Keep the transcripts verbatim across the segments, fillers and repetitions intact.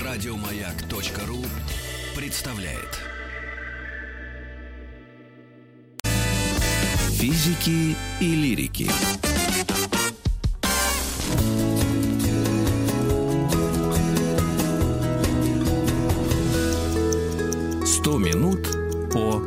Радиомаяк.ру представляет Физики и лирики. Сто минут о...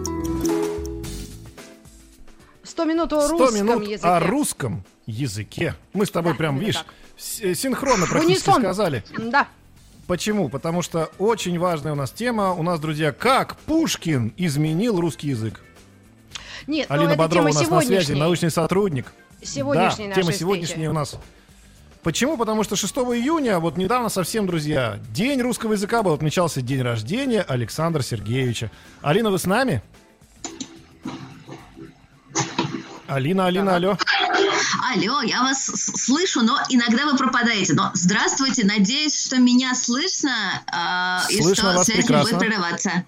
Сто минут о русском минут языке. о русском языке. Мы с тобой Да, прям, видишь, так. с- синхронно практически Унисон. сказали. Да. Почему? Потому что очень важная у нас тема. У нас, друзья, как Пушкин изменил русский язык. Нет, ну, Алина это Бодрова тема у нас на связи, сегодняшней. научный сотрудник. Сегодняшней да, нашей тема встречи. сегодняшняя у нас. Почему? Потому что шестого июня, вот недавно совсем, друзья, День русского языка был, отмечался день рождения Александра Сергеевича. Алина, вы с нами? Алина, Алина, алло. Алло, я вас с- слышу, но иногда вы пропадаете. Но здравствуйте, надеюсь, что меня слышно, э, и Слышно что вас связь не прекрасно. будет прерываться.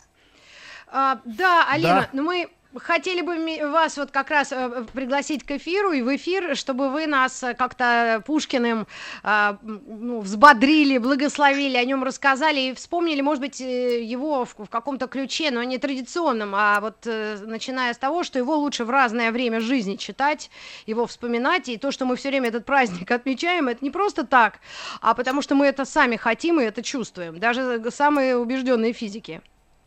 А, да, Алина, Да. ну мы хотели бы ми- вас вот как раз э, пригласить к эфиру и в эфир, чтобы вы нас э, как-то Пушкиным а, м, ну, взбодрили, благословили, о нем рассказали и вспомнили, может быть, э, его в, в каком-то ключе, но не традиционном, а вот э, начиная с того, что его лучше в разное время жизни читать, его вспоминать, и то, что мы все время этот праздник отмечаем, это не просто так, а потому что мы это сами хотим и это чувствуем, даже самые убежденные физики.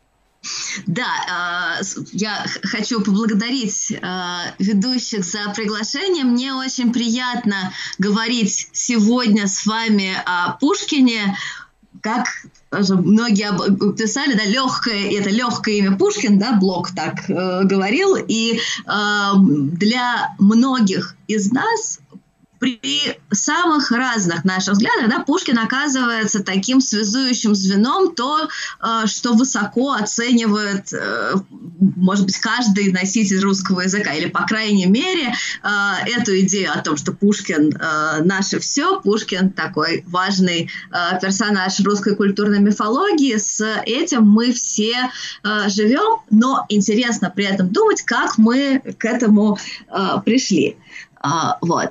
Да, э, с- я х- хочу поблагодарить э, ведущих за приглашение. Мне очень приятно говорить сегодня с вами о Пушкине. Как тоже многие об- писали, да, легкое, это легкое имя Пушкин, да, Блок так э, говорил. И э, для многих из нас при самых разных наших взглядах, да, Пушкин оказывается таким связующим звеном, то, э, что высоко оценивает, э, может быть, каждый носитель русского языка, или, по крайней мере, э, эту идею о том, что Пушкин э, наше все, Пушкин такой важный э, персонаж русской культурной мифологии, с этим мы все э, живем, но интересно при этом думать, как мы к этому э, пришли. А, вот.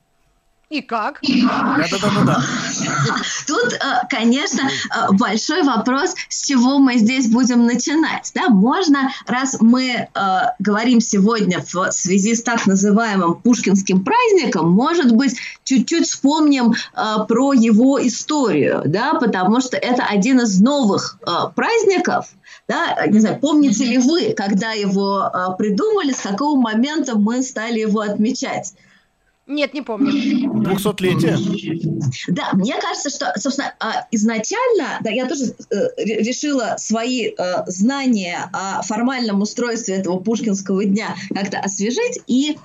И как? Да-да-да-да. Тут, э, конечно, э, большой вопрос, с чего мы здесь будем начинать. Да? Можно, раз мы э, говорим сегодня в связи с так называемым Пушкинским праздником, может быть, чуть-чуть вспомним э, про его историю, да? Потому что это один из новых э, праздников. Да? Не знаю, помните ли вы, когда его э, придумали, с какого момента мы стали его отмечать? Нет, не помню. Двухсотлетие. Да, мне кажется, что, собственно, а, изначально, да, я тоже э, ре- решила свои э, знания о формальном устройстве этого Пушкинского дня как-то освежить, и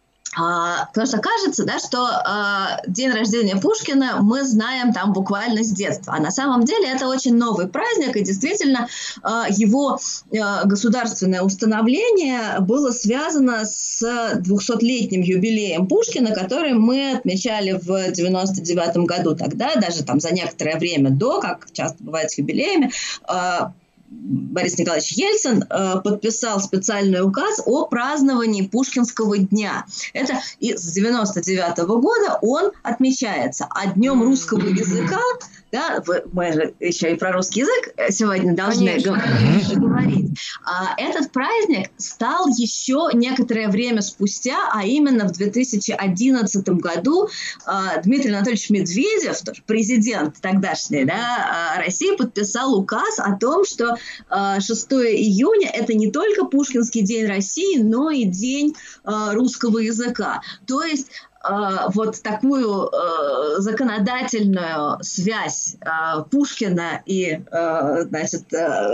а, потому что кажется, да, что а, день рождения Пушкина мы знаем там буквально с детства, а на самом деле это очень новый праздник, и действительно а, его а, государственное установление было связано с двухсотлетним юбилеем Пушкина, который мы отмечали в девяносто девятом году. Тогда, даже там за некоторое время до, как часто бывает с юбилеями, а, Борис Николаевич Ельцин э, подписал специальный указ о праздновании Пушкинского дня. Это и с девяносто девятого года он отмечается. А Днем русского языка, да, вы- мы же еще и про русский язык сегодня должны Конечно. гов- говорить. А, этот праздник стал еще некоторое время спустя, а именно в две тысячи одиннадцатом году а, Дмитрий Анатольевич Медведев, тоже президент тогдашней, да, а, России, подписал указ о том, что а, шестого июня это не только Пушкинский день России, но и день а, русского языка. То есть а, вот такую а, законодательную связь а, Пушкина и, а, значит, а,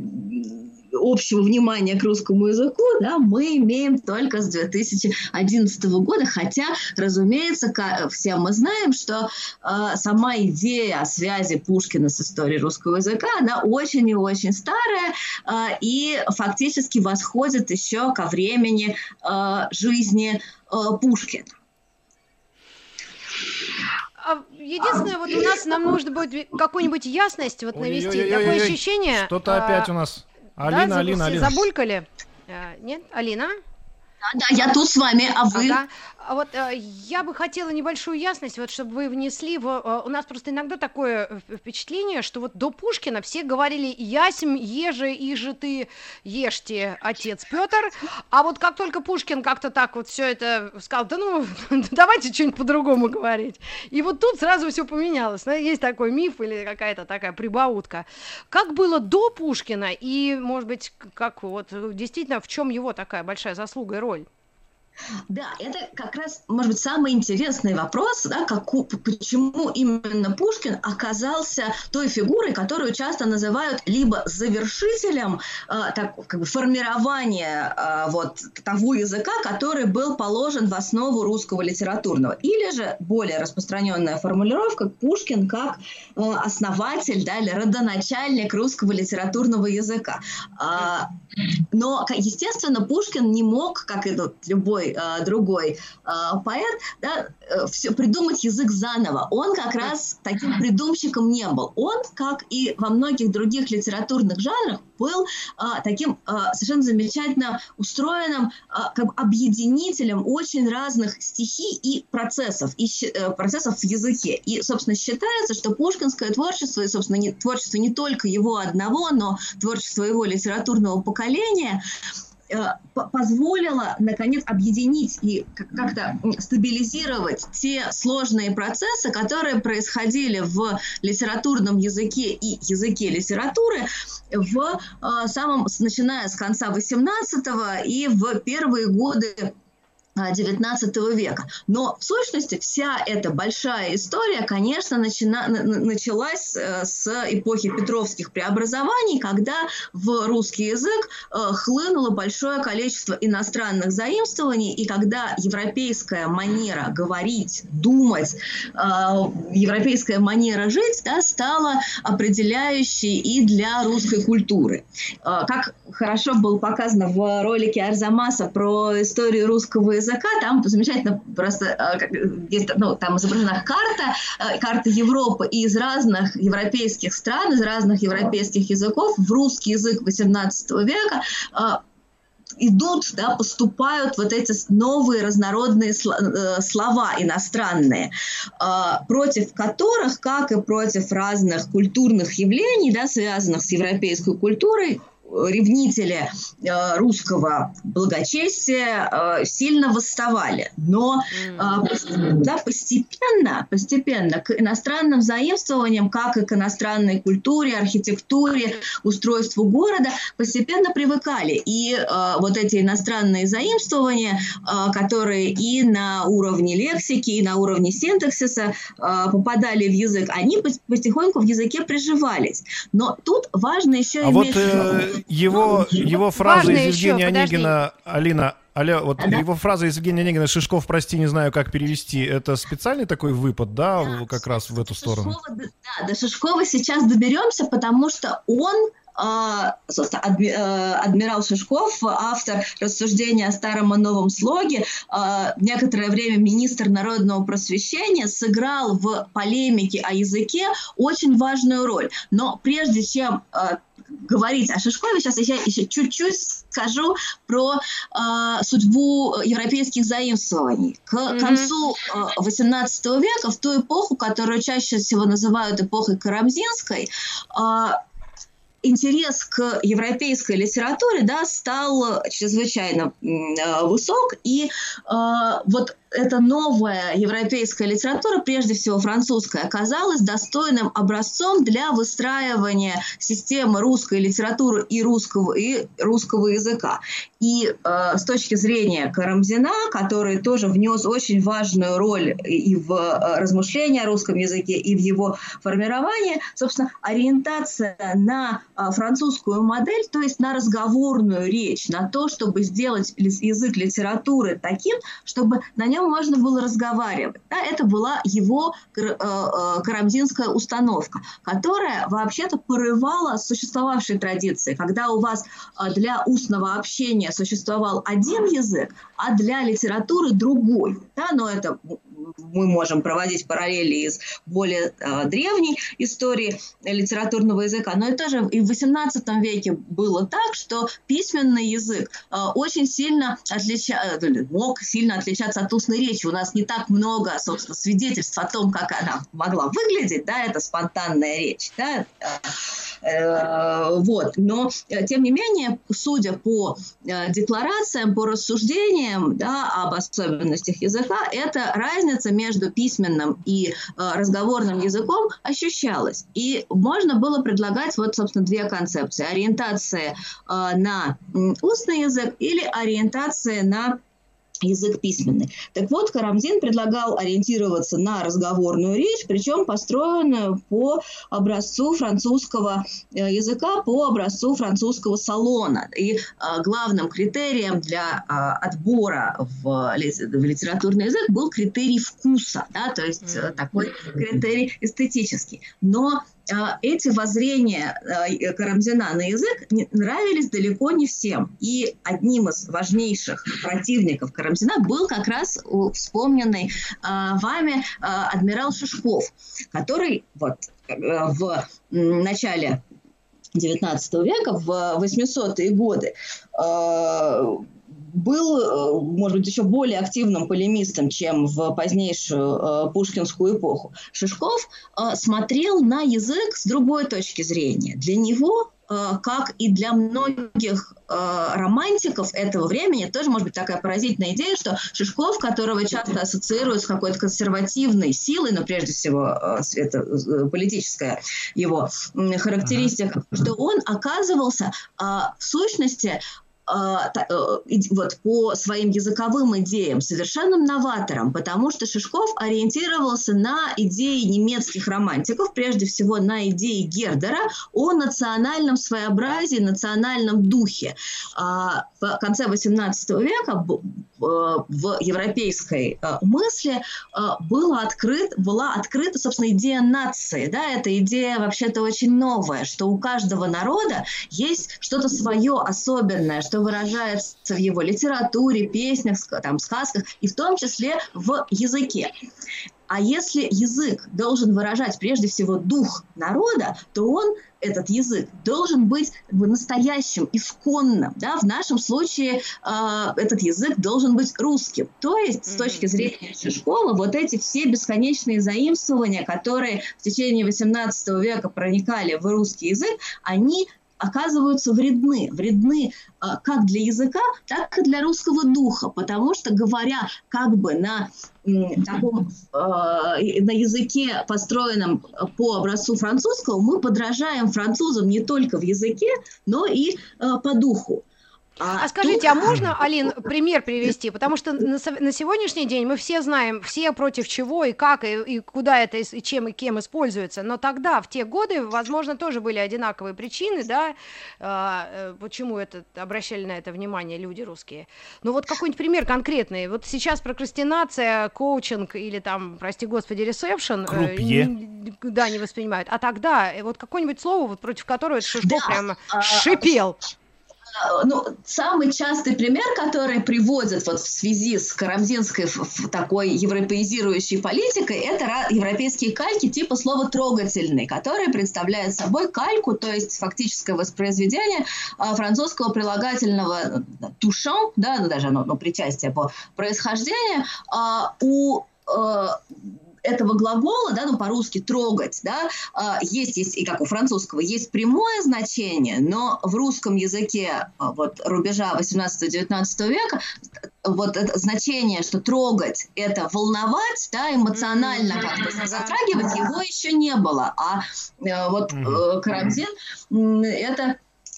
общего внимания к русскому языку, да, мы имеем только с две тысячи одиннадцатого года, хотя, разумеется, ка- все мы знаем, что э, сама идея о связи Пушкина с историей русского языка, она очень и очень старая э, и фактически восходит еще ко времени э, жизни э, Пушкина. А, Единственное, вот у нас нам нужно будет какую-нибудь ясность вот навести. Ой-ой-ой-ой-ой. Такое ощущение. Что-то а, опять у нас. да, Алина, забу- Алина, все Алина. Забулькали? А, Нет, Алина? Да, да, я тут с вами, а вы? Ага. А вот э, я бы хотела небольшую ясность, вот чтобы вы внесли. В, э, у нас просто иногда такое впечатление, что вот до Пушкина все говорили «ясмь, еже, иже ты, ешьте, отец Петр». А вот как только Пушкин как-то так вот все это сказал, да ну, давайте что-нибудь по-другому говорить. И вот тут сразу все поменялось. Есть такой миф или какая-то такая прибаутка. Как было до Пушкина и, может быть, как вот действительно в чем его такая большая заслуга и роль? Да, это как раз, может быть, самый интересный вопрос, да, как, почему именно Пушкин оказался той фигурой, которую часто называют либо завершителем э, так, как бы формирования э, вот того языка, который был положен в основу русского литературного, или же более распространенная формулировка Пушкин как э, основатель, да, или родоначальник русского литературного языка. А, но, естественно, Пушкин не мог, как и любой другой э, поэт, да, э, все, придумать язык заново. Он как раз таким придумщиком не был. Он, как и во многих других литературных жанрах, был э, таким э, совершенно замечательно устроенным э, как бы объединителем очень разных стихий и процессов, и э, процессов в языке. И, собственно, считается, что пушкинское творчество, и, собственно, не, творчество не только его одного, но творчество его литературного поколения, позволило, наконец, объединить и как-то стабилизировать те сложные процессы, которые происходили в литературном языке и языке литературы в самом, начиная с конца восемнадцатого и в первые годы девятнадцатого века. Но в сущности вся эта большая история, конечно, начина, началась с эпохи Петровских преобразований, когда в русский язык хлынуло большое количество иностранных заимствований, и когда европейская манера говорить, думать, европейская манера жить, да, стала определяющей и для русской культуры. Как хорошо было показано в ролике Арзамаса про историю русского языка, там замечательно просто, есть, ну, там изображена карта, карта Европы, и из разных европейских стран, из разных европейских языков в русский язык восемнадцатого века идут, да, поступают вот эти новые разнородные слова иностранные, против которых, как и против разных культурных явлений, да, связанных с европейской культурой, ревнители э, русского благочестия э, сильно восставали. Но э, да, постепенно, постепенно к иностранным заимствованиям, как и к иностранной культуре, архитектуре, устройству города, постепенно привыкали. И э, вот эти иностранные заимствования, э, которые и на уровне лексики, и на уровне синтаксиса э, попадали в язык, они потихоньку в языке приживались. Но тут важно еще а иметь... Вот, э... Его, его фраза из Евгения еще, Онегина, Алина, Аля, вот да? его фраза из Евгения Онегина «Шишков, прости, не знаю, как перевести», это специальный такой выпад, да, да как раз в эту сторону? Шишкова, да, до Шишкова сейчас доберемся, потому что он, собственно, адмирал Шишков, автор рассуждения о старом и новом слоге, некоторое время министр народного просвещения, сыграл в полемике о языке очень важную роль. Но прежде чем говорить о Шишкове, сейчас я еще чуть-чуть скажу про э, судьбу европейских заимствований. К mm-hmm. концу э, восемнадцатого века, в ту эпоху, которую чаще всего называют эпохой Карамзинской, э, интерес к европейской литературе, да, стал чрезвычайно э, высок, и э, вот эта новая европейская литература, прежде всего французская, оказалась достойным образцом для выстраивания системы русской литературы и русского, и русского языка. И э, с точки зрения Карамзина, который тоже внес очень важную роль и в э, размышления о русском языке, и в его формировании, собственно, ориентация на э, французскую модель, то есть на разговорную речь, на то, чтобы сделать язык литературы таким, чтобы на нем можно было разговаривать. Да, это была его э, э, карамзинская установка, которая вообще-то порывала существовавшей традиции, когда у вас э, для устного общения существовал один язык, а для литературы другой. Да, но это мы можем проводить параллели из более э, древней истории литературного языка, но и тоже и в восемнадцатом веке было так, что письменный язык э, очень сильно отлича... мог сильно отличаться от устной речи. У нас не так много, собственно, свидетельств о том, как она могла выглядеть, да, это спонтанная речь, да, э, вот. Но, тем не менее, судя по э, декларациям, по рассуждениям, да, об особенностях языка, эта разница между письменным и э, разговорным языком ощущалась. И можно было предлагать, вот, собственно, две концепции. Ориентация э, на устный язык или ориентация на язык письменный. Так вот, Карамзин предлагал ориентироваться на разговорную речь, причем построенную по образцу французского языка, по образцу французского салона. И а, главным критерием для а, отбора в, в литературный язык был критерий вкуса, да, то есть mm-hmm. такой критерий эстетический. Но эти воззрения Карамзина на язык нравились далеко не всем. И одним из важнейших противников Карамзина был как раз вспомненный вами адмирал Шишков, который вот в начале девятнадцатого века, в восьмисотые годы, был, может быть, еще более активным полемистом, чем в позднейшую э, пушкинскую эпоху. Шишков э, смотрел на язык с другой точки зрения. Для него, э, как и для многих э, романтиков этого времени, тоже может быть такая поразительная идея, что Шишков, которого часто ассоциируют с какой-то консервативной силой, но прежде всего э, это э, политическая его э, характеристика, ага. что он оказывался э, в сущности вот по своим языковым идеям совершенным новатором, потому что Шишков ориентировался на идеи немецких романтиков, прежде всего на идеи Гердера о национальном своеобразии, национальном духе. В конце восемнадцатого века в европейской мысли была открыта, была открыта, собственно, идея нации. Да? Эта идея вообще-то очень новая, что у каждого народа есть что-то свое особенное, что выражается в его литературе, песнях, там, сказках, и в том числе в языке. А если язык должен выражать прежде всего дух народа, то он, этот язык, должен быть настоящим, исконным. Да? В нашем случае э, этот язык должен быть русским. То есть, с точки зрения Шишкова, вот эти все бесконечные заимствования, которые в течение восемнадцатого века проникали в русский язык, они оказываются вредны. Вредны э, как для языка, так и для русского духа, потому что, говоря как бы на м, таком, э, на языке, построенном по образцу французского, мы подражаем французам не только в языке, но и э, по духу. А, а скажите, тут... а можно, Алин, пример привести? Потому что на, на сегодняшний день мы все знаем, все против чего и как, и, и куда это, и чем, и кем используется. Но тогда, в те годы, возможно, тоже были одинаковые причины, да, а, почему это, обращали на это внимание люди русские. Ну вот какой-нибудь пример конкретный. Вот сейчас прокрастинация, коучинг или там, прости господи, ресепшн, э, да, не воспринимают. А тогда вот какое-нибудь слово, вот, против которого Шишков да. прямо шипел. Ну, самый частый пример, который приводят вот в связи с карамзинской такой европеизирующей политикой, это европейские кальки типа слова «трогательный», которые представляют собой кальку, то есть фактическое воспроизведение французского прилагательного «touchant», да, ну, даже оно, ну, причастие по происхождению, у этого глагола, да, ну, по-русски «трогать», да, есть, есть, и как у французского, есть прямое значение, но в русском языке вот, рубежа восемнадцатого-девятнадцатого века вот это значение, что трогать – это волновать, да, эмоционально как-то затрагивать, его еще не было. А вот Карамзин это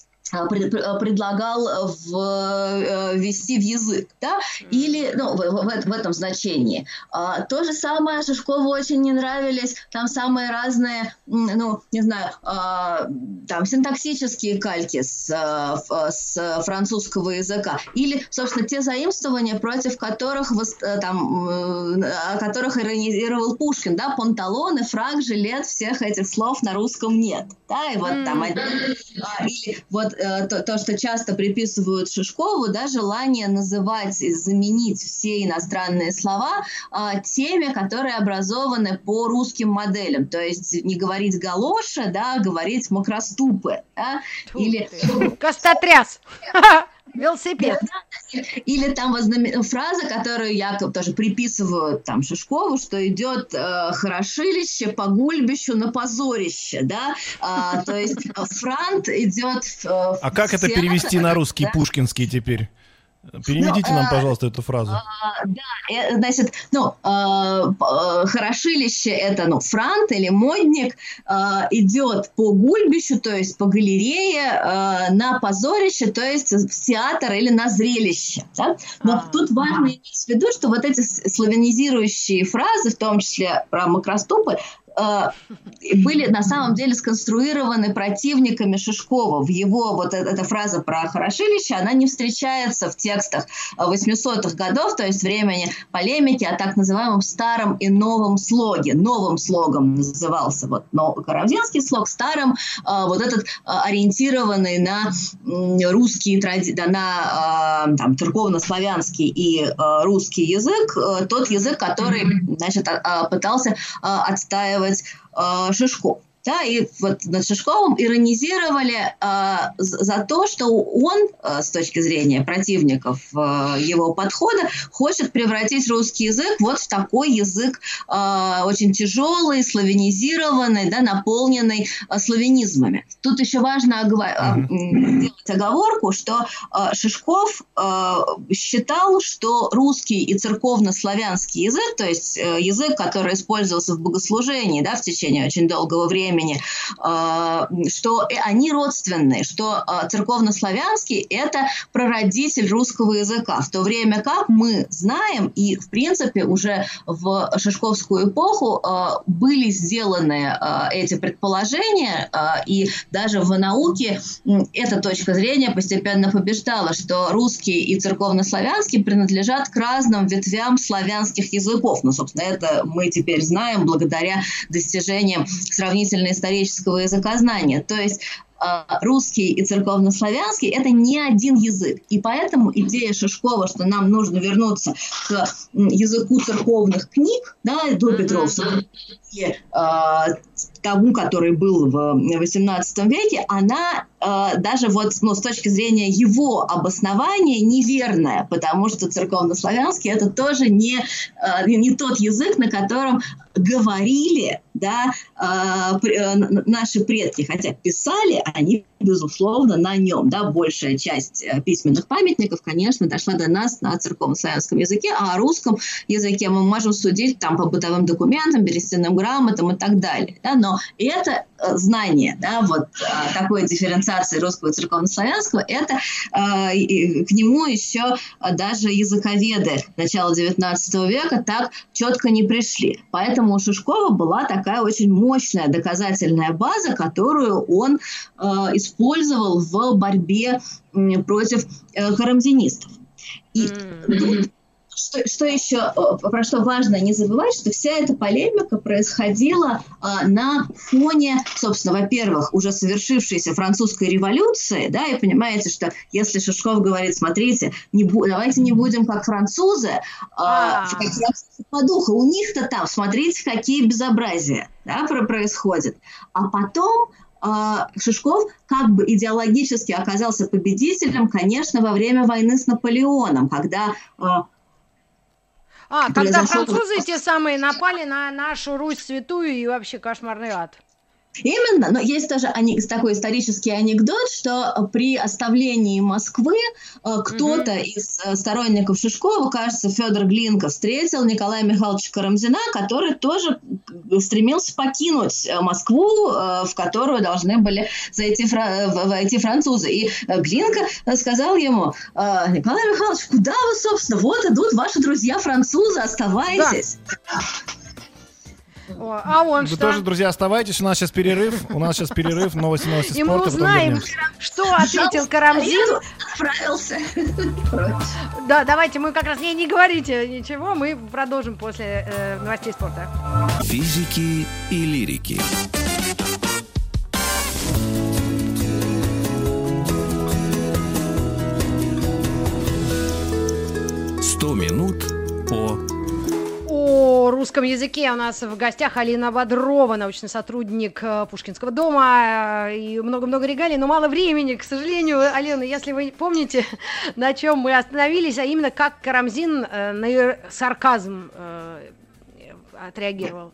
предлагал ввести в язык, да, или, ну, в, в, в этом значении. А, то же самое Шишкову очень не нравились там самые разные, ну, не знаю, а, там синтаксические кальки с, с французского языка, или, собственно, те заимствования, против которых, там, о которых иронизировал Пушкин, да, панталоны, фрак, жилет, всех этих слов на русском нет, да, и вот там, или вот то, то, что часто приписывают Шишкову, да, желание называть, заменить все иностранные слова а, теми, которые образованы по русским моделям. То есть не говорить галоши, да, а говорить макроступы. Да, или... Костотряс. Велосипед. Или там фраза, которую я тоже приписываю там Шишкову, что идет э, хорошилище по гульбищу на позорище, да, а, то есть франт идет... Э, а как это театр, перевести на русский, да? Пушкинский теперь? Переведите ну, нам, пожалуйста, эту фразу. А, да, значит, ну, а, хорошилище это, ну, франт или модник а, идет по гульбищу, то есть по галерее, а, на позорище, то есть в театр или на зрелище. Да? Но а, тут важно иметь в виду, что вот эти славянизирующие фразы, в том числе про макроступы, были на самом деле сконструированы противниками Шишкова. В его вот эта фраза про хорошилище, она не встречается в текстах восьмисотых годов, то есть времени полемики о так называемом старом и новом слоге. Новым слогом назывался вот карамзинский слог, старым вот этот ориентированный на русские традиции, на там, церковно-славянский и русский язык, тот язык, который, значит, пытался отстаивать Шишков. Да, и вот над Шишковым иронизировали э, за то, что он, э, с точки зрения противников э, его подхода, хочет превратить русский язык вот в такой язык э, очень тяжелый, славянизированный, да, наполненный э, славянизмами. Тут еще важно оговор- mm-hmm. делать оговорку, что э, Шишков э, считал, что русский и церковно-славянский язык, то есть э, язык, который использовался в богослужении, да, в течение очень долгого времени, что они родственные, что церковно-славянский – это прародитель русского языка, в то время как мы знаем, и в принципе уже в шишковскую эпоху были сделаны эти предположения, и даже в науке эта точка зрения постепенно побеждала, что русский и церковно-славянский принадлежат к разным ветвям славянских языков. Ну, собственно, это мы теперь знаем благодаря достижениям сравнительно исторического языкознания. То есть русский и церковнославянский – это не один язык. И поэтому идея Шишкова, что нам нужно вернуться к языку церковных книг, да, до Петровского, и тому, который был в восемнадцатом веке, она э, даже вот, ну, с точки зрения его обоснования неверная, потому что церковнославянский – это тоже не, э, не тот язык, на котором говорили, да, э, наши предки, хотя писали они, безусловно, на нем. Да, большая часть письменных памятников, конечно, дошла до нас на церковнославянском языке, а о русском языке мы можем судить там, по бытовым документам, берестяным грамотам и так далее. Да, но это знание, да, вот такой дифференциации русского и церковнославянского, это э, к нему еще даже языковеды начала девятнадцатого века так четко не пришли. Поэтому у Шишкова была такая очень мощная доказательная база, которую он э, использовал в борьбе э, против э, карамзинистов. И mm-hmm. Что, что еще, про что важно не забывать, что вся эта полемика происходила а, на фоне, собственно, во-первых, уже совершившейся французской революции, да, и понимаете, что если Шишков говорит, смотрите, не бу- давайте не будем как французы, а, как французы по духу, у них-то там, смотрите, какие безобразия, да, происходят. А потом Шишков как бы идеологически оказался победителем, конечно, во время войны с Наполеоном, когда... А, когда французы те самые напали на нашу Русь святую и вообще кошмарный ад. Именно, но есть тоже такой исторический анекдот, что при оставлении Москвы кто-то mm-hmm. из сторонников Шишкова, кажется, Федор Глинка, встретил Николая Михайловича Карамзина, который тоже стремился покинуть Москву, в которую должны были зайти, войти французы. И Глинка сказал ему: Николай Михайлович, куда вы, собственно, вот идут ваши друзья-французы, оставайтесь. Да. О, а он Вы что? тоже, друзья, оставайтесь. У нас сейчас перерыв. У нас сейчас перерыв. Новости, новости спорта. И мы узнаем, что ответил Карамзин. Справился. Да, давайте мы как раз не, не говорите ничего. Мы продолжим после э, новостей спорта. Физики и лирики. русском языке у нас в гостях Алина Бодрова, научный сотрудник Пушкинского дома, и много-много регалий, но мало времени, к сожалению. Алена, если вы помните, на чем мы остановились, а именно как Карамзин на сарказм отреагировал.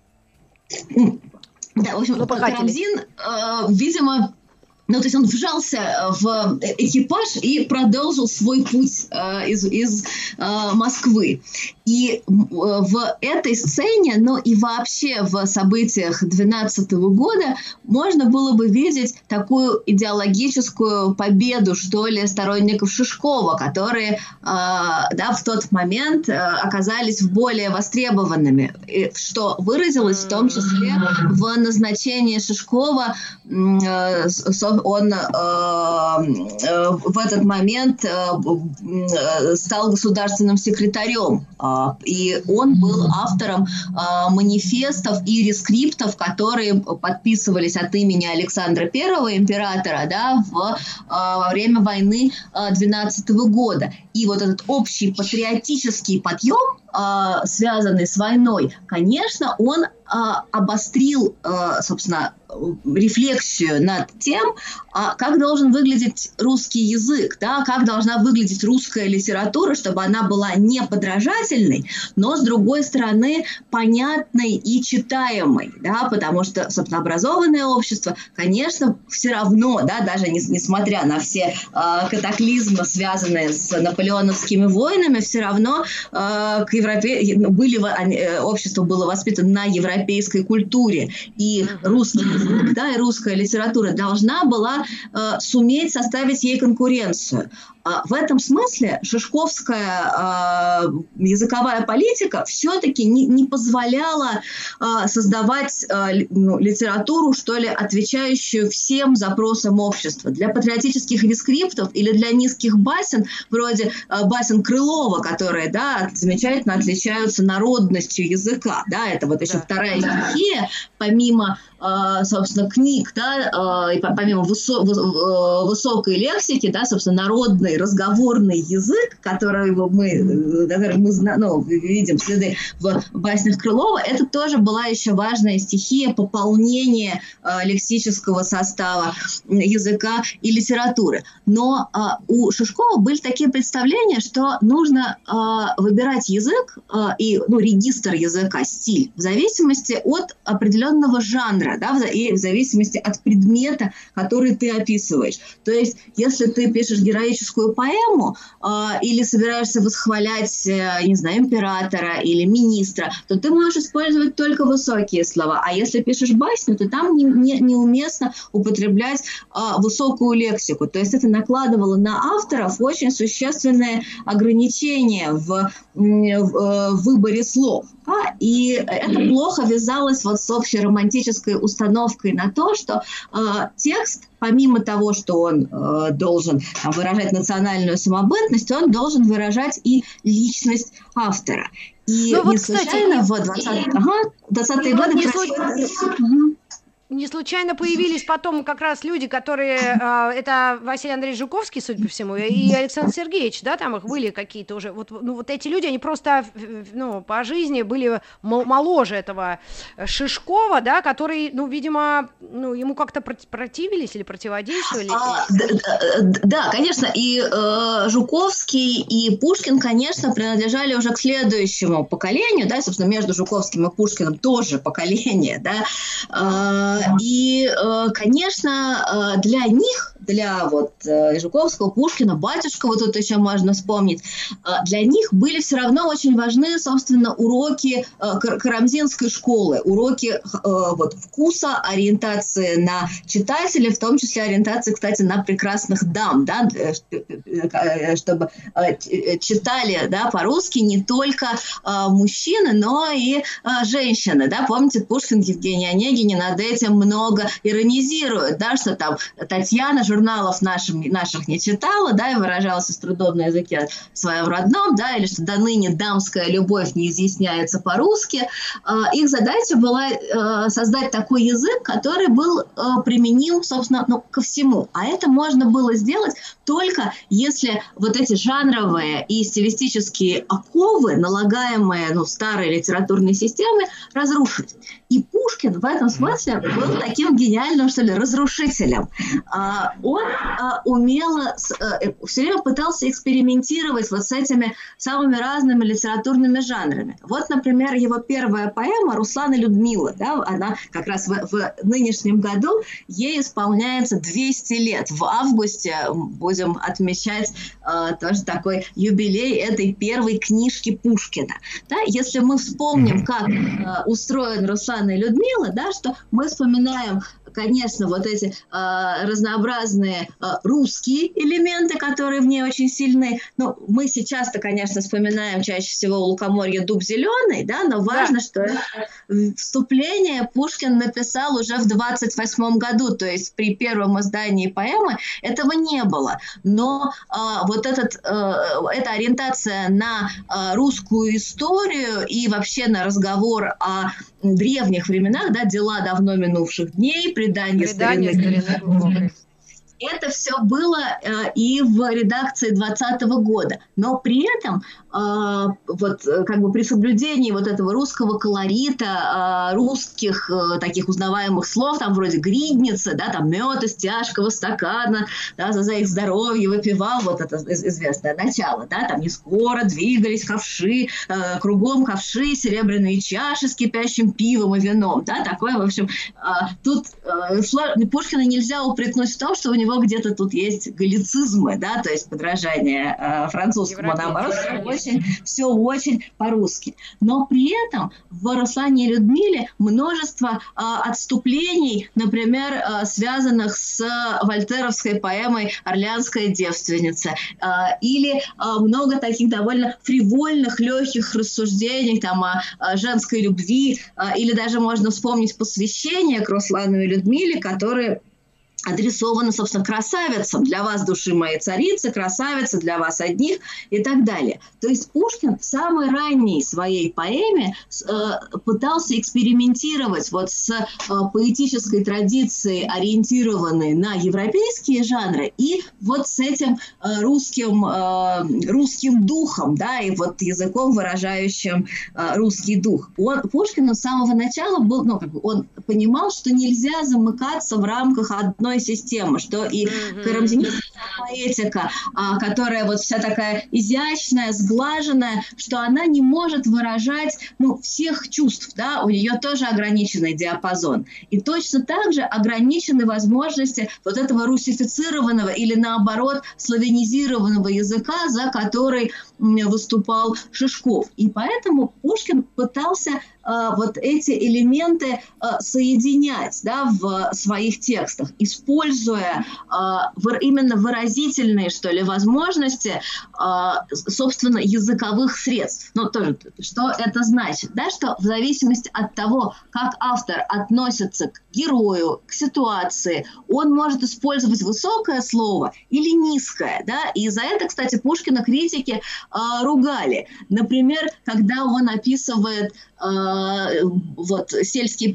Да, в общем, Карамзин, э, видимо, ну, то есть он вжался в экипаж и продолжил свой путь э, из, из э, Москвы. И э, в этой сцене, ну и вообще в событиях двенадцатого года можно было бы видеть такую идеологическую победу, что ли, сторонников Шишкова, которые э, да, в тот момент э, оказались более востребованными, и, что выразилось в том числе в назначении Шишкова э, он э, э, в этот момент э, стал государственным секретарем, э, и он был автором э, манифестов и рескриптов, которые подписывались от имени Александра Первого, императора, да, в, э, во время войны двенадцатого года. И вот этот общий патриотический подъем, э, связанный с войной, конечно, он э, обострил, э, собственно, рефлексию над тем, как должен выглядеть русский язык, да, как должна выглядеть русская литература, чтобы она была не подражательной, но, с другой стороны, понятной и читаемой, да, потому что, собственно, образованное общество, конечно, все равно, да, даже не, несмотря на все э, катаклизмы, связанные с наполеоновскими войнами, все равно э, к европе... были, э, общество было воспитано на европейской культуре, и русский язык, да, и русская литература должна была э, суметь составить ей конкуренцию. А в этом смысле шишковская э, языковая политика все-таки не, не позволяла э, создавать э, ну, литературу, что ли, отвечающую всем запросам общества. Для патриотических рескриптов или для низких басен, вроде э, басен Крылова, которые, да, замечательно отличаются народностью языка, да, это вот еще вторая стихия, помимо, э, собственно, книг, да, э, и помимо высо- э, высокой лексики, да, собственно, народный разговорный язык, который мы, который мы ну, видим следы в баснях Крылова, это тоже была еще важная стихия пополнения э, лексического состава языка и литературы. Но э, у Шишкова были такие представления, что нужно э, выбирать язык э, и ну, регистр языка, стиль, в зависимости от определенного жанра, да, и в зависимости от предмета, который ты описываешь. То есть, если ты пишешь героическую поэму э, или собираешься восхвалять, э, не знаю, императора или министра, то ты можешь использовать только высокие слова. А если пишешь басню, то там не, не, неуместно употреблять э, высокую лексику. То есть это накладывало на авторов очень существенные ограничения в, в, в выборе слов. Да? И это плохо вязалось вот с общей романтической установкой на то, что э, текст, помимо того, что он э, должен там, выражать национальную самобытность, он должен выражать и личность автора. И ну, не вот, случайно кстати, в двадцатые годы... Не происходит... Не случайно появились потом как раз люди, которые... Э, это Василий Андреевич Жуковский, судя по всему, и Александр Сергеевич, да, там их были какие-то уже... Вот, ну, вот эти люди, они просто ну, по жизни были моложе этого Шишкова, да, который, ну, видимо, ну, ему как-то противились или противодействовали. А, да, да, конечно, и э, Жуковский, и Пушкин, конечно, принадлежали уже к следующему поколению, да, собственно, между Жуковским и Пушкиным тоже поколение, да, э, и, конечно, для них, для вот Жуковского, Пушкина, Батюшкова, тут еще можно вспомнить, для них были все равно очень важны, собственно, уроки карамзинской школы, уроки вот, вкуса, ориентации на читателя, в том числе ориентации, кстати, на прекрасных дам, да, чтобы читали, да, по-русски не только мужчины, но и женщины, да, помните, Пушкин, Евгений Онегин над этим много иронизирует, да, что там Татьяна журналов нашим, наших не читала, да, и выражался с трудом на языке своем родном, да, или что до ныне дамская любовь не изъясняется по-русски. Их задача была создать такой язык, который был применим, собственно, ну, ко всему. А это можно было сделать только если вот эти жанровые и стилистические оковы, налагаемые, ну, старой литературной системой, разрушить. И Пушкин в этом смысле был таким гениальным, что ли, разрушителем. Он умело, все время пытался экспериментировать вот с этими самыми разными литературными жанрами. Вот, например, его первая поэма «Руслан и Людмила», да, она как раз в, в нынешнем году, ей исполняется двести лет. В августе будем отмечать э, тоже такой юбилей этой первой книжки Пушкина. Да, если мы вспомним, как э, устроен «Руслан и Людмила», да, что мы вспоминаем, конечно, вот эти э, разнообразные э, русские элементы, которые в ней очень сильны. Ну, мы сейчас-то, конечно, вспоминаем чаще всего «Лукоморье дуб зеленый», да, но важно, да, что это вступление Пушкин написал уже в двадцать восьмом году, то есть при первом издании поэмы этого не было. Но э, вот этот, э, эта ориентация на э, русскую историю и вообще на разговор о древних временах, да, дела давно минувших дней, предание, предание старинных, старинных это все было э, и в редакции двадцатого года. Но при этом э, вот, как бы при соблюдении вот этого русского колорита, э, русских э, таких узнаваемых слов, там вроде гридницы, да, там мед из тяжкого стакана, да, за, за их здоровье выпивал, вот это известное начало, да, там не скоро двигались ковши, э, кругом ковши, серебряные чаши с кипящим пивом и вином, да, такое, в общем, э, тут э, Пушкина нельзя упрекнуть в том, что у него где-то тут есть галлицизмы, да, то есть подражание э, французскому, наоборот, все очень, все очень по-русски. Но при этом в «Руслане и Людмиле» множество э, отступлений, например, э, связанных с вольтеровской поэмой «Орлеанская девственница», э, или э, много таких довольно фривольных, легких рассуждений там, о, о женской любви, э, или даже можно вспомнить посвящение к Руслану и Людмиле, которые адресованы, собственно, красавицам. Для вас, души моей царицы, красавица для вас одних и так далее. То есть Пушкин в самой ранней своей поэме э, пытался экспериментировать вот с э, поэтической традицией, ориентированной на европейские жанры, и вот с этим э, русским, э, русским духом, да, и вот языком, выражающим э, русский дух. Он, Пушкин с самого начала был, ну, как бы он понимал, что нельзя замыкаться в рамках одной системы, что и mm-hmm. карамзинистская поэтика, а, которая вот вся такая изящная, сглаженная, что она не может выражать, ну, всех чувств, да, у нее тоже ограниченный диапазон. И точно так же ограничены возможности вот этого русифицированного или, наоборот, славянизированного языка, за который выступал Шишков. И поэтому Пушкин пытался а, вот эти элементы а, соединять, да, в своих текстах, используя а, в, именно выразительные, что ли, возможности, а, собственно, языковых средств. Ну, тоже, что это значит? Да, что в зависимости от того, как автор относится к герою, к ситуации, он может использовать высокое слово или низкое, да, и за это, кстати, Пушкина критики а, ругали. Например, когда он описывает а, вот сельский,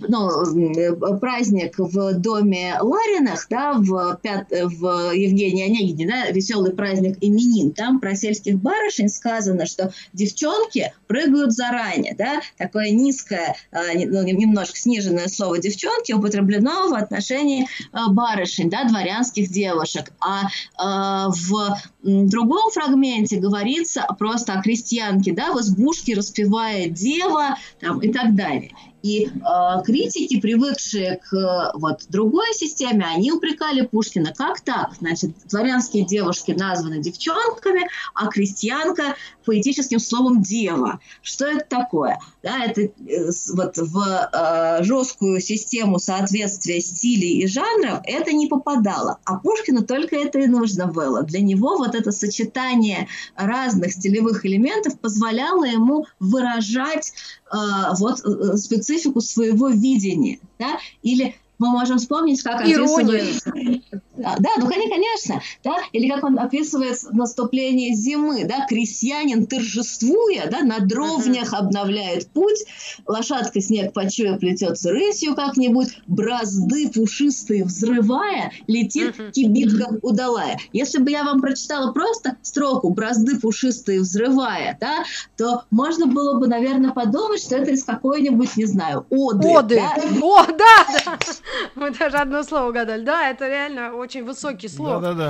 ну, праздник в доме Лариных, да, в, пят, в Евгении Онегине, да, веселый праздник именин, там про сельских барышень сказано, что девчонки прыгают заранее, да, такое низкое, ну, немножко сниженное слово девчонки употреблено в отношении барышень, да, дворянских девушек, а, а в другом фрагменте говорится просто о крестьянке, да, в избушке распевает дева, там, и так далее. И э, критики, привыкшие к э, вот, другой системе, они упрекали Пушкина. Как так? Значит, дворянские девушки названы девчонками, а крестьянка поэтическим словом дева. Что это такое? Да, это э, вот в э, жесткую систему соответствия стилей и жанров это не попадало. А Пушкину только это и нужно было. Для него вот это сочетание разных стилевых элементов позволяло ему выражать э, вот, э, специфику своего видения. Да? Или мы можем вспомнить, как описывает... Да, ну, конечно, да, или как он описывает наступление зимы, да, крестьянин, торжествуя, да, на дровнях uh-huh. обновляет путь, лошадка снег почуя плетется рысью как-нибудь, бразды пушистые взрывая, летит uh-huh. кибитка удалая. Если бы я вам прочитала просто строку «бразды пушистые взрывая», да, то можно было бы, наверное, подумать, что это из какой-нибудь, не знаю, оды. Оды, да? О, да, да, мы даже одно слово угадали, да, это реально очень высокий слог. Да-да-да.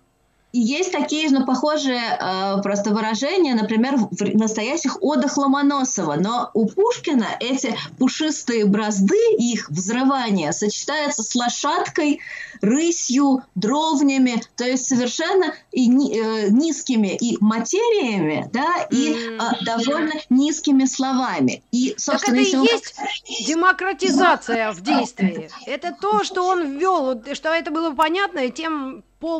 И есть такие же, но похожие э, просто выражения, например, в настоящих одах Ломоносова. Но у Пушкина эти пушистые бразды, их взрывание сочетается с лошадкой, рысью, дровнями, то есть совершенно и, э, низкими и материями, да, и э, довольно низкими словами. И, собственно, так это и он... есть демократизация в действии. Это то, что он ввел, что это было понятно, и тем... пол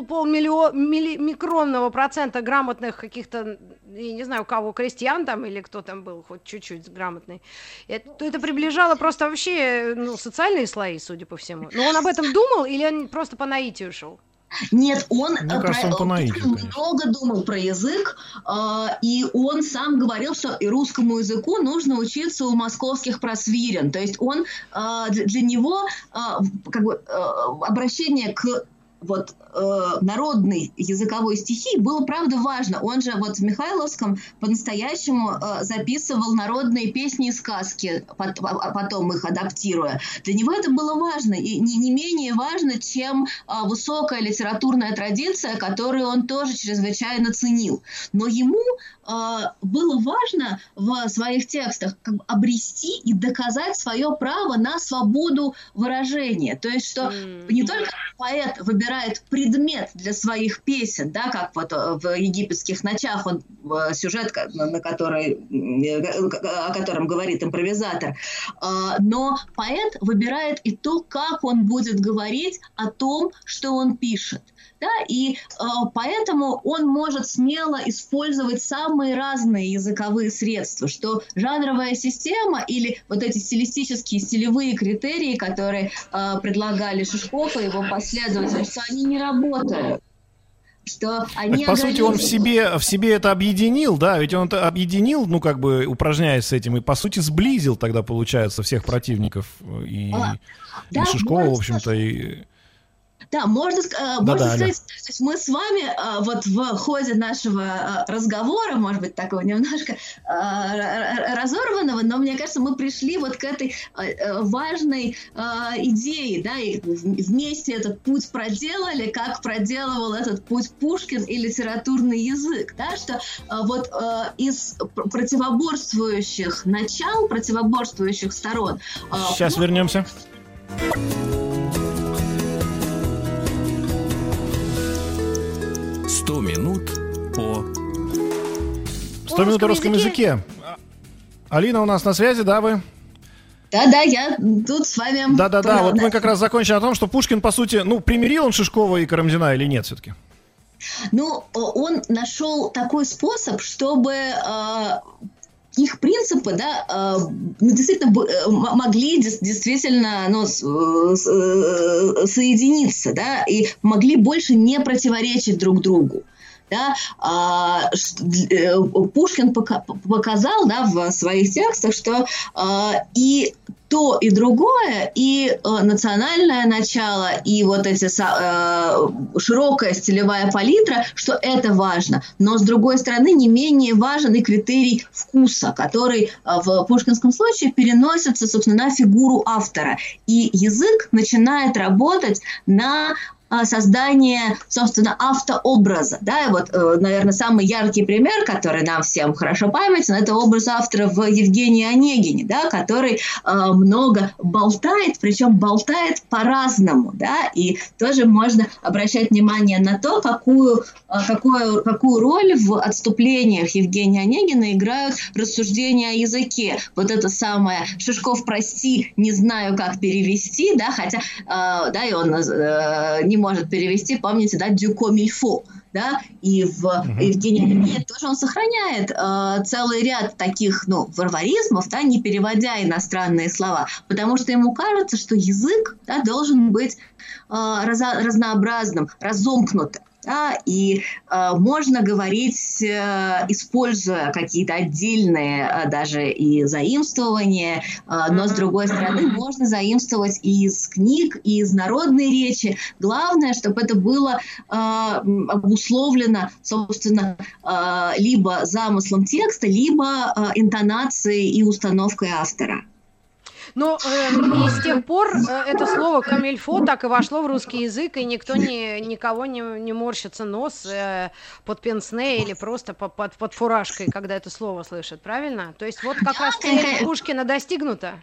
полмикронного процента грамотных каких-то, я не знаю, у кого, крестьян там или кто там был, хоть чуть-чуть грамотный. Это, это приближало просто вообще ну, социальные слои, судя по всему. Но он об этом думал или он просто по наитию шел? Нет, он, Мне кажется, он по наитию, много думал про язык, э, и он сам говорил, что и русскому языку нужно учиться у московских просвирен. То есть он, э, для, для него э, как бы, э, обращение к вот э, народной языковой стихии было, правда, важно. Он же вот в Михайловском по-настоящему э, записывал народные песни и сказки, а потом их адаптируя. Для него это было важно, и не, не менее важно, чем э, высокая литературная традиция, которую он тоже чрезвычайно ценил. Но ему э, было важно в своих текстах как бы обрести и доказать свое право на свободу выражения. То есть, что mm. не только поэт выбирает предмет для своих песен, да, как вот в «Египетских ночах» он, сюжет, на который, о котором говорит импровизатор, но поэт выбирает и то, как он будет говорить о том, что он пишет. Да, и э, поэтому он может смело использовать самые разные языковые средства, что жанровая система или вот эти стилистические, стилевые критерии, которые э, предлагали Шишков и его последователи, что они не работают. Что они так, по сути, он в себе, в себе это объединил, да, ведь он это объединил, ну, как бы, упражняясь с этим, и, по сути, сблизил тогда, получается, всех противников и, а, и да, Шишкова, в общем-то, и... Да, можно, да, можно да, сказать, да. мы с вами вот в ходе нашего разговора, может быть, такого немножко разорванного, но мне кажется, мы пришли вот к этой важной идее, да, и вместе этот путь проделали, как проделывал этот путь Пушкин и литературный язык, да, что вот из противоборствующих начал, противоборствующих сторон... Сейчас вернемся. Сто минут по... Сто минут о русском языке. Алина у нас на связи, да, вы? Да-да, я тут с вами. Да-да-да, вот мы как раз закончили о том, что Пушкин, по сути, ну, примирил он Шишкова и Карамзина или нет все-таки? Ну, он нашел такой способ, чтобы... их принципы, да, ну, действительно могли действительно ну, соединиться, да, и могли больше не противоречить друг другу. Да, а, Пушкин показал, да, в своих текстах, что а, и то, и другое, и а, национальное начало, и вот эти а, широкая стилевая палитра, что это важно. Но, с другой стороны, не менее важен и критерий вкуса, который а, в пушкинском случае переносится, собственно, на фигуру автора. И язык начинает работать на создание, собственно, автообраза. Да, и вот, наверное, самый яркий пример, который нам всем хорошо памятен, это образ автора в Евгении Онегине, да, который э, много болтает, причем болтает по-разному, да, и тоже можно обращать внимание на то, какую, какую, какую роль в отступлениях Евгения Онегина играют рассуждения о языке. Вот это самое «Шишков, прости, не знаю, как перевести», да, хотя, э, да, и он э, не может перевести, помните, да, «дюко мильфо». да, и в uh-huh. Евгении Онегине тоже он сохраняет э, целый ряд таких, ну, варваризмов, да, не переводя иностранные слова, потому что ему кажется, что язык, да, должен быть э, раз, разнообразным, разомкнутым. Да, и э, можно говорить, э, используя какие-то отдельные э, даже и заимствования, э, но, с другой стороны, можно заимствовать и из книг, и из народной речи. Главное, чтобы это было э, обусловлено, собственно, э, либо замыслом текста, либо э, интонацией и установкой автора. Но э, и с тех пор э, это слово «камильфо» так и вошло в русский язык, и никто не, никого не, не морщится нос э, под пенсне или просто под, под, под фуражкой, когда это слово слышат, правильно? То есть вот как раз цель Пушкина достигнута.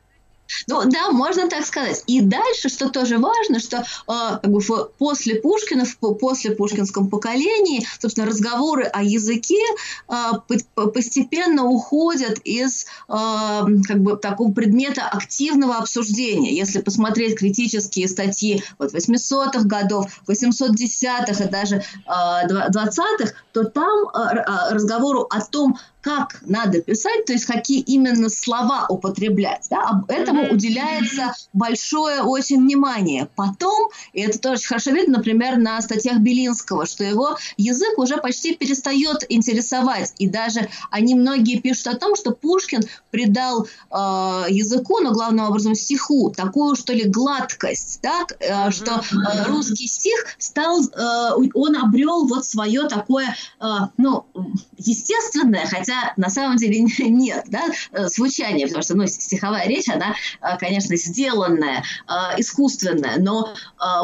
Ну да, можно так сказать. И дальше, что тоже важно, что э, как бы после Пушкина, в после пушкинском поколении, собственно, разговоры о языке э, постепенно уходят из э, как бы такого предмета активного обсуждения. Если посмотреть критические статьи вот, восьмисотых годов, восемьсот десятых и даже э, двадцатых, то там э, разговору о том, как надо писать, то есть какие именно слова употреблять. Да? Этому mm-hmm. уделяется большое очень внимание. Потом, и это тоже хорошо видно, например, на статьях Белинского, что его язык уже почти перестает интересовать. И даже они многие пишут о том, что Пушкин придал э, языку, но главным образом стиху, такую, что ли, гладкость, да? э, что э, русский стих стал, э, он обрел вот свое такое, э, ну, естественное, хотя на самом деле нет, да, звучание, потому что, ну, стиховая речь, она, конечно, сделанная, искусственная, но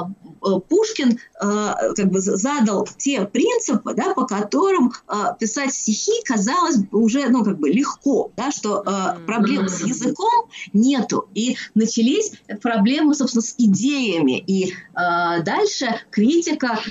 Пушкин как бы задал те принципы, да, по которым писать стихи казалось уже, ну, как бы легко, да, что проблем с языком нету, и начались проблемы, собственно, с идеями, и дальше критика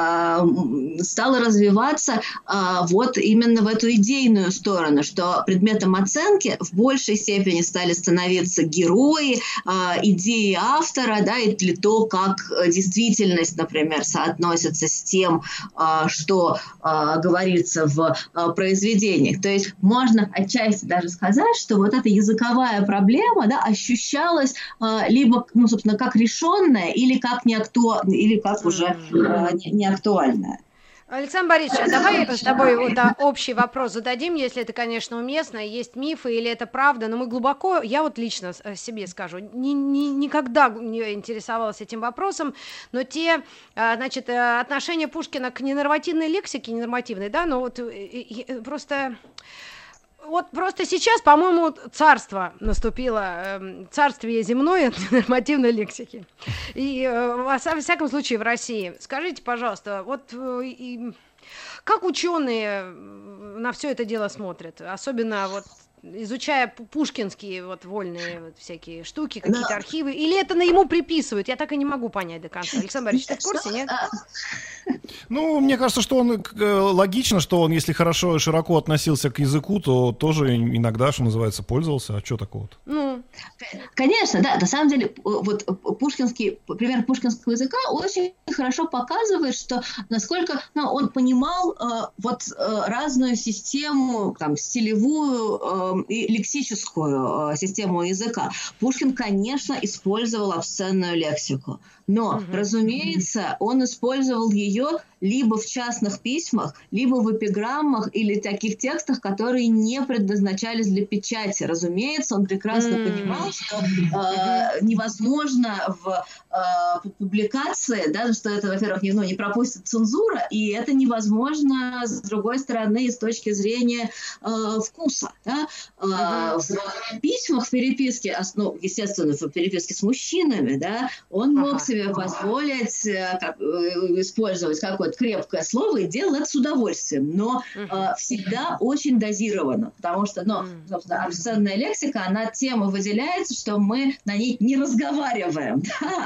стала развиваться вот именно в эту идейную сторону, что предметом оценки в большей степени стали становиться герои, э, идеи автора, да, или то, как действительность, например, соотносится с тем, э, что э, говорится в э, произведениях. То есть можно отчасти даже сказать, что вот эта языковая проблема, да, ощущалась э, либо, ну, собственно, как решенная, или как, неакту... или как уже э, не, не актуальная. Александр Борисович, а давай с тобой вот, да, общий вопрос зададим, если это, конечно, уместно, есть мифы или это правда, но мы глубоко, я вот лично себе скажу, ни, ни, никогда не интересовалась этим вопросом, но те, значит, отношения Пушкина к ненормативной лексике, ненормативной, да, ну вот просто... Вот просто сейчас, по-моему, царство наступило, э, царствие земное нормативной лексики. И, э, во всяком случае, в России. Скажите, пожалуйста, вот э, и, как ученые на все это дело смотрят? Особенно вот изучая пушкинские вот вольные вот всякие штуки, какие-то архивы, или это на ему приписывают? Я так и не могу понять до конца. Александр Борисович, ты в курсе, нет? Ну, мне кажется, что он логично, что он, если хорошо и широко относился к языку, то тоже иногда, что называется, пользовался. А что такого-то? Ну, конечно, да. На самом деле, вот пушкинский, пример пушкинского языка очень хорошо показывает, что насколько, ну, он понимал э, вот э, разную систему, там, стилевую э, и лексическую э, систему языка. Пушкин, конечно, использовал обсценную лексику, но, угу. разумеется, он использовал ее либо в частных письмах, либо в эпиграммах или таких текстах, которые не предназначались для печати. Разумеется, он прекрасно mm. понимал, что э, невозможно в э, публикации, да, что это, во-первых, не, ну, не пропустит цензура, и это невозможно, с другой стороны, с точки зрения э, вкуса. Да? Э, mm-hmm. В письмах, в переписке, ну, естественно, в переписке с мужчинами, да, он мог uh-huh. себе позволить э, как, э, использовать какое-то крепкое слово и делал это с удовольствием, но uh-huh. э, всегда очень дозированно, потому что, ну, собственно, обсценная лексика, она тем и выделяется, что что мы на ней не разговариваем.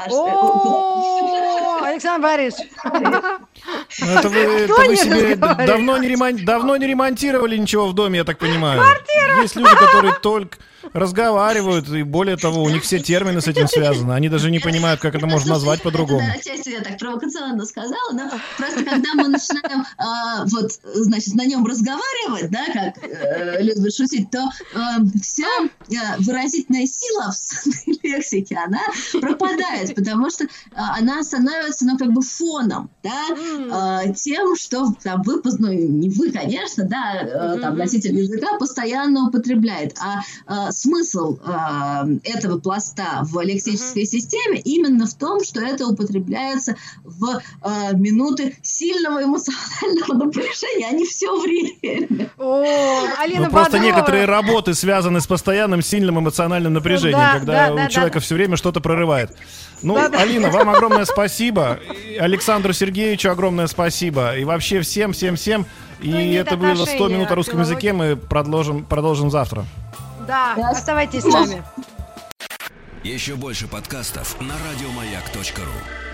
О, Александр Борисович. Это вы себе давно не ремонтировали ничего в доме, я так понимаю. Есть люди, которые только разговаривают, и более того, у них все термины с этим связаны. Они даже не понимают, как это можно назвать по-другому. Да, отчасти я так провокационно сказала, но просто когда мы начинаем а, вот, значит, на нем разговаривать, да, как э, любят шутить, то э, вся э, выразительная сила в лексике, она пропадает, потому что э, она становится, ну, как бы фоном, да, э, тем, что там вы, ну, не вы, конечно, да, э, там, носитель языка постоянно употребляет, а э, смысл э, этого пласта в лексической системе именно в том, что это употребляется в э, минуты сильного эмоционального напряжения, а не все время. О, Алина ну, просто Бодрова. Некоторые работы связаны с постоянным сильным эмоциональным напряжением, да, когда да, у да, человека да. все время что-то прорывает. Ну, да, Алина, да. вам огромное спасибо. Александру Сергеевичу огромное спасибо. И вообще всем, всем, всем. И ну, это было сто минут о русском языке. Мы продолжим, продолжим завтра. Да, yes. Оставайтесь с нами. Еще больше подкастов на радиомаяк точка ру.